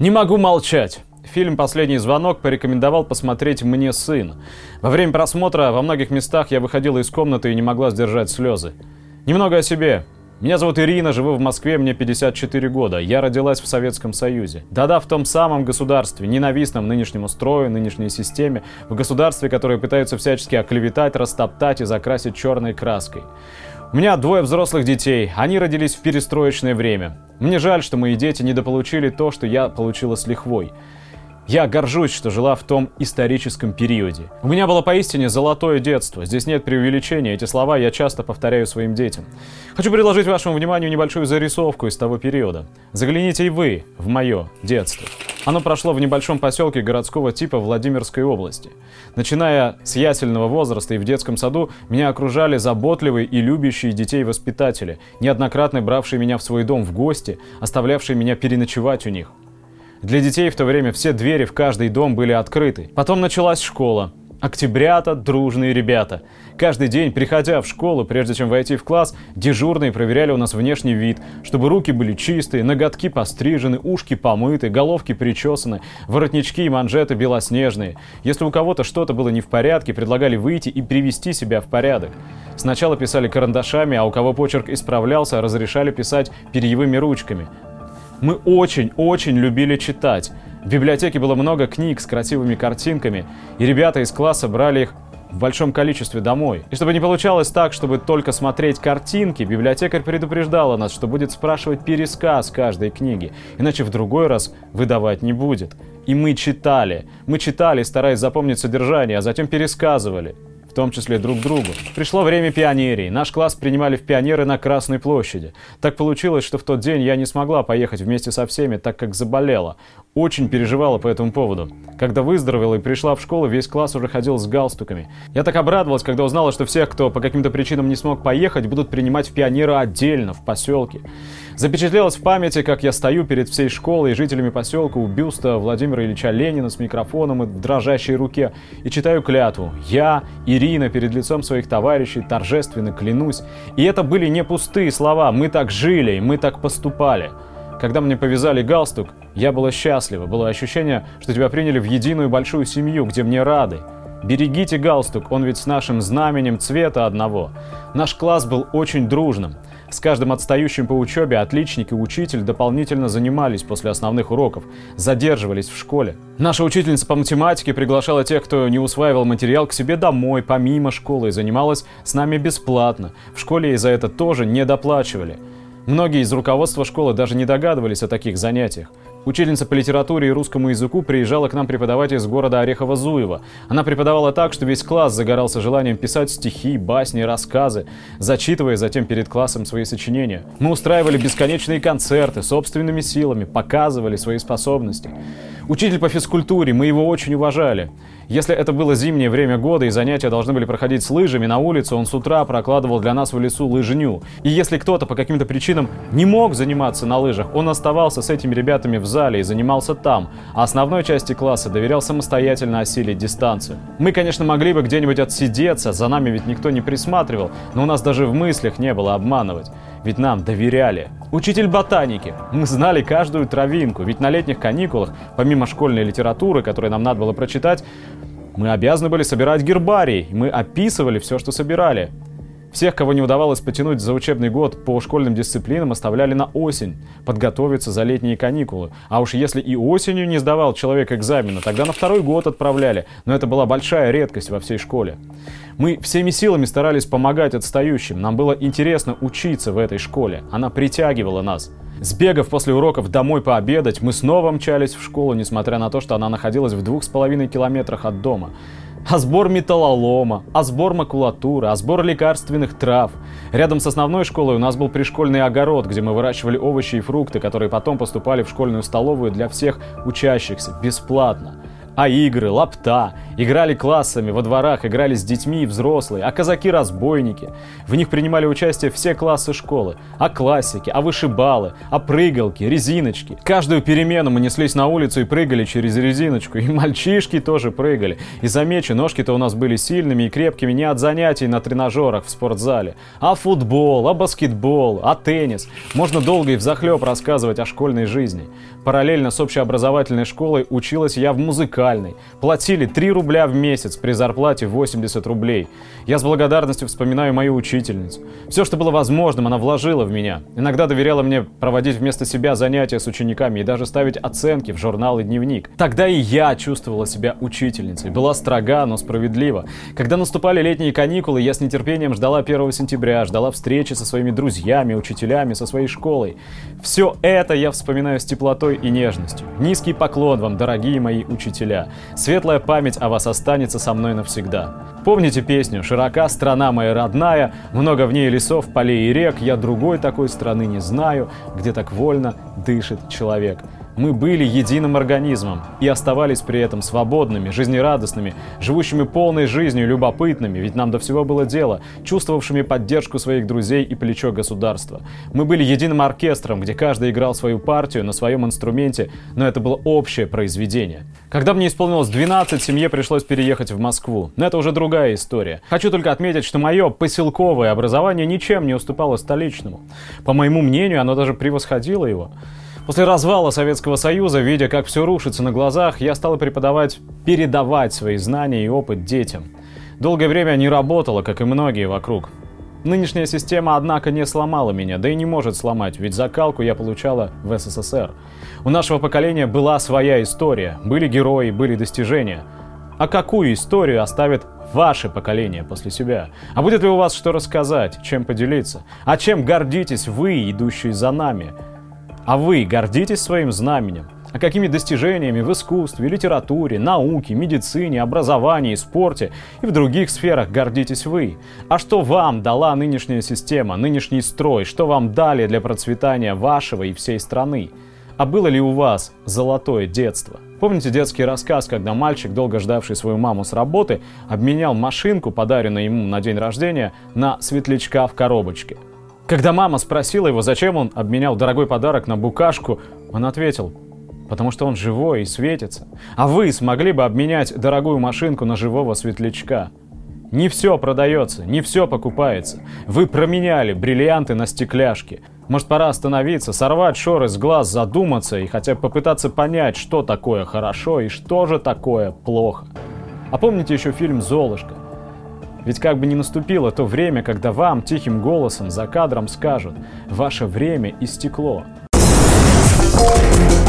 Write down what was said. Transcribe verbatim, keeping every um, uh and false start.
Не могу молчать. Фильм «Последний звонок» порекомендовал посмотреть мне сын. Во время просмотра во многих местах я выходила из комнаты и не могла сдержать слезы. Немного о себе. Меня зовут Ирина, живу в Москве, мне пятьдесят четыре года. Я родилась в Советском Союзе. Да-да, в том самом государстве, ненавистном нынешнему строю, нынешней системе, в государстве, которое пытаются всячески оклеветать, растоптать и закрасить черной краской. У меня двое взрослых детей, они родились в перестроечное время. Мне жаль, что мои дети недополучили то, что я получила с лихвой. Я горжусь, что жила в том историческом периоде. У меня было поистине золотое детство. Здесь нет преувеличения. Эти слова я часто повторяю своим детям. Хочу предложить вашему вниманию небольшую зарисовку из того периода. Загляните и вы в мое детство. Оно прошло в небольшом поселке городского типа Владимирской области. Начиная с ясельного возраста и в детском саду, меня окружали заботливые и любящие детей воспитатели, неоднократно бравшие меня в свой дом в гости, оставлявшие меня переночевать у них. Для детей в то время все двери в каждый дом были открыты. Потом началась школа. Октябрята, дружные ребята. Каждый день, приходя в школу, прежде чем войти в класс, дежурные проверяли у нас внешний вид, чтобы руки были чистые, ноготки пострижены, ушки помыты, головки причесаны, воротнички и манжеты белоснежные. Если у кого-то что-то было не в порядке, предлагали выйти и привести себя в порядок. Сначала писали карандашами, а у кого почерк исправлялся, разрешали писать перьевыми ручками. Мы очень-очень любили читать. В библиотеке было много книг с красивыми картинками, и ребята из класса брали их в большом количестве домой. И чтобы не получалось так, чтобы только смотреть картинки, библиотекарь предупреждала нас, что будет спрашивать пересказ каждой книги, иначе в другой раз выдавать не будет. И мы читали. Мы читали, стараясь запомнить содержание, а затем пересказывали. В том числе друг другу. Пришло время пионерии. Наш класс принимали в пионеры на Красной площади. Так получилось, что в тот день я не смогла поехать вместе со всеми, так как заболела. Очень переживала по этому поводу. Когда выздоровела и пришла в школу, весь класс уже ходил с галстуками. Я так обрадовалась, когда узнала, что всех, кто по каким-то причинам не смог поехать, будут принимать в пионеры отдельно, в поселке. Запечатлелось в памяти, как я стою перед всей школой и жителями поселка у бюста Владимира Ильича Ленина с микрофоном в дрожащей руке и читаю клятву. Я, Ирина, перед лицом своих товарищей торжественно клянусь. И это были не пустые слова, мы так жили, мы так поступали. Когда мне повязали галстук, я была счастлива, было ощущение, что тебя приняли в единую большую семью, где мне рады. Берегите галстук, он ведь с нашим знаменем цвета одного. Наш класс был очень дружным. С каждым отстающим по учебе отличник и учитель дополнительно занимались после основных уроков, задерживались в школе. Наша учительница по математике приглашала тех, кто не усваивал материал, к себе домой, помимо школы, и занималась с нами бесплатно. В школе ей за это тоже не доплачивали. Многие из руководства школы даже не догадывались о таких занятиях. Учительница по литературе и русскому языку приезжала к нам преподавать из города Орехово-Зуево. Она преподавала так, что весь класс загорался желанием писать стихи, басни, рассказы, зачитывая затем перед классом свои сочинения. Мы устраивали бесконечные концерты, собственными силами, показывали свои способности. Учитель по физкультуре, мы его очень уважали. Если это было зимнее время года и занятия должны были проходить с лыжами на улице, он с утра прокладывал для нас в лесу лыжню. И если кто-то по каким-то причинам не мог заниматься на лыжах, он оставался с этими ребятами в зале и занимался там, а основной части класса доверял самостоятельно осилить дистанцию. Мы, конечно, могли бы где-нибудь отсидеться, за нами ведь никто не присматривал, но у нас даже в мыслях не было обманывать. Ведь нам доверяли. Учитель ботаники. Мы знали каждую травинку, ведь на летних каникулах, помимо школьной литературы, которую нам надо было прочитать, мы обязаны были собирать гербарий. Мы описывали все, что собирали. Всех, кого не удавалось потянуть за учебный год по школьным дисциплинам, оставляли на осень, подготовиться за летние каникулы. А уж если и осенью не сдавал человек экзамена, тогда на второй год отправляли. Но это была большая редкость во всей школе. Мы всеми силами старались помогать отстающим. Нам было интересно учиться в этой школе. Она притягивала нас. Сбегав после уроков домой пообедать, мы снова мчались в школу, несмотря на то, что она находилась в двух с половиной километрах от дома. А сбор металлолома, а сбор макулатуры, а сбор лекарственных трав. Рядом с основной школой у нас был пришкольный огород, где мы выращивали овощи и фрукты, которые потом поступали в школьную столовую для всех учащихся бесплатно. А игры, лапта Играли классами, во дворах играли с детьми и взрослые, а казаки-разбойники. В них принимали участие все классы школы. А классики, а вышибалы, а прыгалки, резиночки. Каждую перемену мы неслись на улицу и прыгали через резиночку. И мальчишки тоже прыгали. И замечу, ножки-то у нас были сильными и крепкими не от занятий на тренажерах в спортзале, а футбол, а баскетбол, а теннис. Можно долго и взахлеб рассказывать о школьной жизни. Параллельно с общеобразовательной школой училась я в музыкальной. Платили три рубля в месяц при зарплате восемьдесят рублей. Я с благодарностью вспоминаю мою учительницу. Все, что было возможным, она вложила в меня. Иногда доверяла мне проводить вместо себя занятия с учениками и даже ставить оценки в журнал и дневник. Тогда и я чувствовала себя учительницей. Была строга, но справедлива. Когда наступали летние каникулы, я с нетерпением ждала первого сентября, ждала встречи со своими друзьями, учителями, со своей школой. Все это я вспоминаю с теплотой и нежностью. Низкий поклон вам, дорогие мои учителя. Светлая память о вас останется со мной навсегда. Помните песню «Широка страна моя родная, много в ней лесов, полей и рек, я другой такой страны не знаю, где так вольно дышит человек». Мы были единым организмом и оставались при этом свободными, жизнерадостными, живущими полной жизнью, любопытными, ведь нам до всего было дело, чувствовавшими поддержку своих друзей и плечо государства. Мы были единым оркестром, где каждый играл свою партию на своем инструменте, но это было общее произведение. Когда мне исполнилось двенадцать, семье пришлось переехать в Москву. Но это уже другая история. Хочу только отметить, что мое поселковое образование ничем не уступало столичному. По моему мнению, оно даже превосходило его. После развала Советского Союза, видя, как все рушится на глазах, я стала преподавать, передавать свои знания и опыт детям. Долгое время не работала, как и многие вокруг. Нынешняя система, однако, не сломала меня, да и не может сломать, ведь закалку я получала в эс эс эс эр. У нашего поколения была своя история, были герои, были достижения. А какую историю оставит ваше поколение после себя? А будет ли у вас что рассказать, чем поделиться? А чем гордитесь вы, идущие за нами? А вы гордитесь своим знаменем? А какими достижениями в искусстве, литературе, науке, медицине, образовании, спорте и в других сферах гордитесь вы? А что вам дала нынешняя система, нынешний строй? Что вам дали для процветания вашего и всей страны? А было ли у вас золотое детство? Помните детский рассказ, когда мальчик, долго ждавший свою маму с работы, обменял машинку, подаренную ему на день рождения, на светлячка в коробочке? Когда мама спросила его, зачем он обменял дорогой подарок на букашку, он ответил: потому что он живой и светится. А вы смогли бы обменять дорогую машинку на живого светлячка? Не все продается, не все покупается. Вы променяли бриллианты на стекляшки. Может, пора остановиться, сорвать шоры с глаз, задуматься и хотя бы попытаться понять, что такое хорошо и что же такое плохо. А помните еще фильм «Золушка»? Ведь как бы ни наступило то время, когда вам тихим голосом за кадром скажут: «Ваше время истекло».